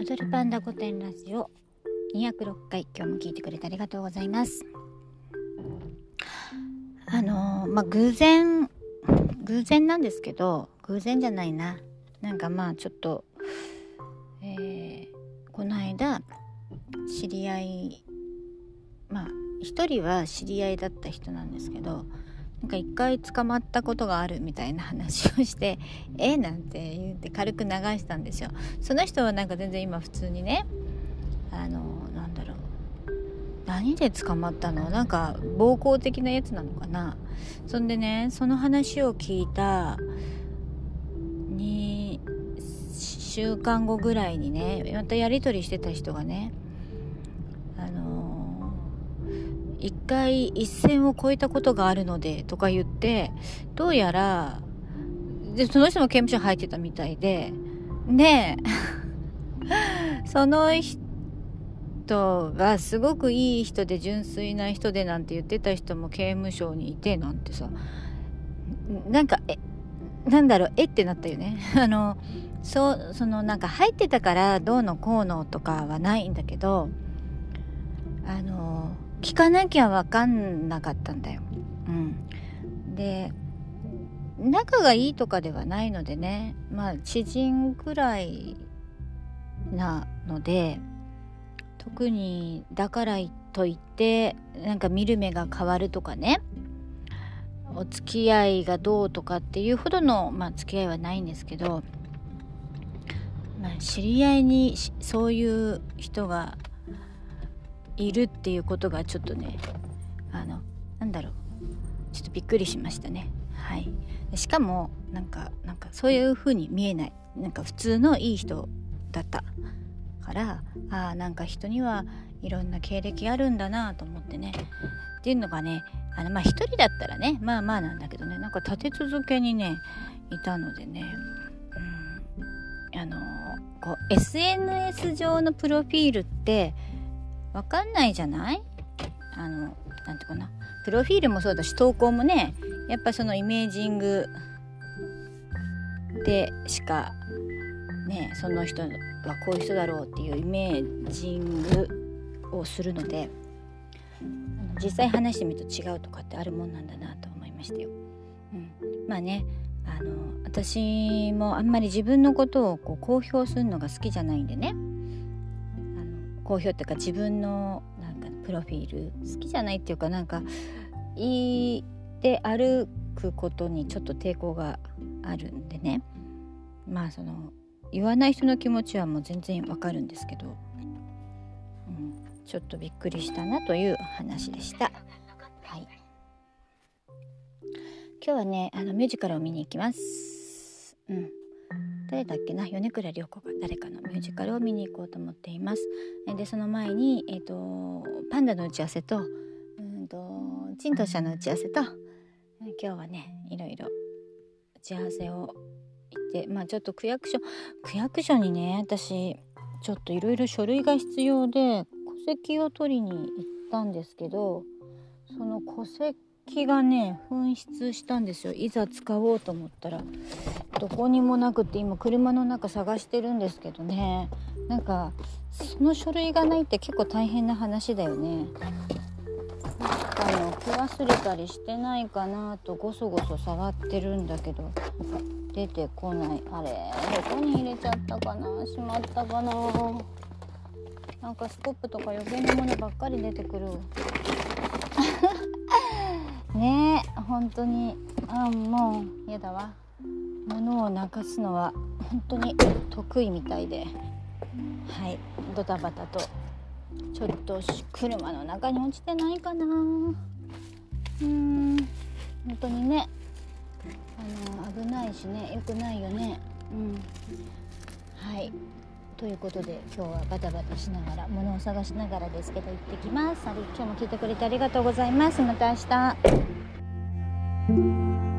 踊るパンダ御殿ラジオ206回、今日も聞いてくれてありがとうございます。偶然なんですけど、偶然じゃないな、ちょっと、この間知り合い、一人は知り合いだった人なんですけど、一回捕まったことがあるみたいな話をしてなんて言って軽く流したんですよ。その人は全然今普通にね、何で捕まったの、暴行的なやつなのかな。そんでね、その話を聞いた2週間後ぐらいにね、またやり取りしてた人がね、一回一線を越えたことがあるのでとか言って、どうやらでその人も刑務所入ってたみたいで、その人がすごくいい人で純粋な人でなんて言ってた人も刑務所にいてなんてさ、ってなったよね。入ってたからどうのこうのとかはないんだけど、聞かなきゃ分かんなかったんだよ。で、仲がいいとかではないのでね、知人くらいなので、特にだからといって見る目が変わるとかね、お付き合いがどうとかっていうほどの、付き合いはないんですけど、知り合いにそういう人がいるっていうことがちょっとね、ちょっとびっくりしましたね。はい。しかもそういう風に見えない、普通のいい人だったから、人にはいろんな経歴あるんだなと思ってね、っていうのがね、一人だったらねなんだけどね、立て続けにねいたのでね、SNS 上のプロフィールってわかんないじゃない？なんていうかな、プロフィールもそうだし、投稿もね、やっぱそのイメージングでしかね、その人はこういう人だろうっていうイメージングをするので、実際話してみると違うとかってあるもんなんだなと思いましたよ。私もあんまり自分のことを公表するのが好きじゃないんでね、公表っていうか自分のプロフィール好きじゃないっていうか、言って歩くことにちょっと抵抗があるんでね、言わない人の気持ちはもう全然わかるんですけど、ちょっとびっくりしたなという話でした。はい。今日はね、ミュージカルを見に行きます。誰だっけな、米倉涼子が誰かのミュージカルを見に行こうと思っています。でその前に、パンダの打ち合わせとチントシャの打ち合わせと、今日はねいろいろ打ち合わせを行って、ちょっと区役所にね、私ちょっといろいろ書類が必要で戸籍を取りに行ったんですけど、その戸籍がね紛失したんですよ。いざ使おうと思ったらどこにもなくて、今車の中探してるんですけどね、その書類がないって結構大変な話だよね。置き忘れたりしてないかなとごそごそ触ってるんだけど出てこない。あれ、どこに入れちゃったかな、しまったかな。スコップとか余計なものばっかり出てくるねえ、本当にもうやだわ。物をなくすのは本当に得意みたいで、はい、ドタバタとちょっと車の中に落ちてないかな。本当にね、危ないしね、良くないよね。はい、ということで今日はバタバタしながら、物を探しながらですけど行ってきます。今日も聞いてくれてありがとうございます。また明日。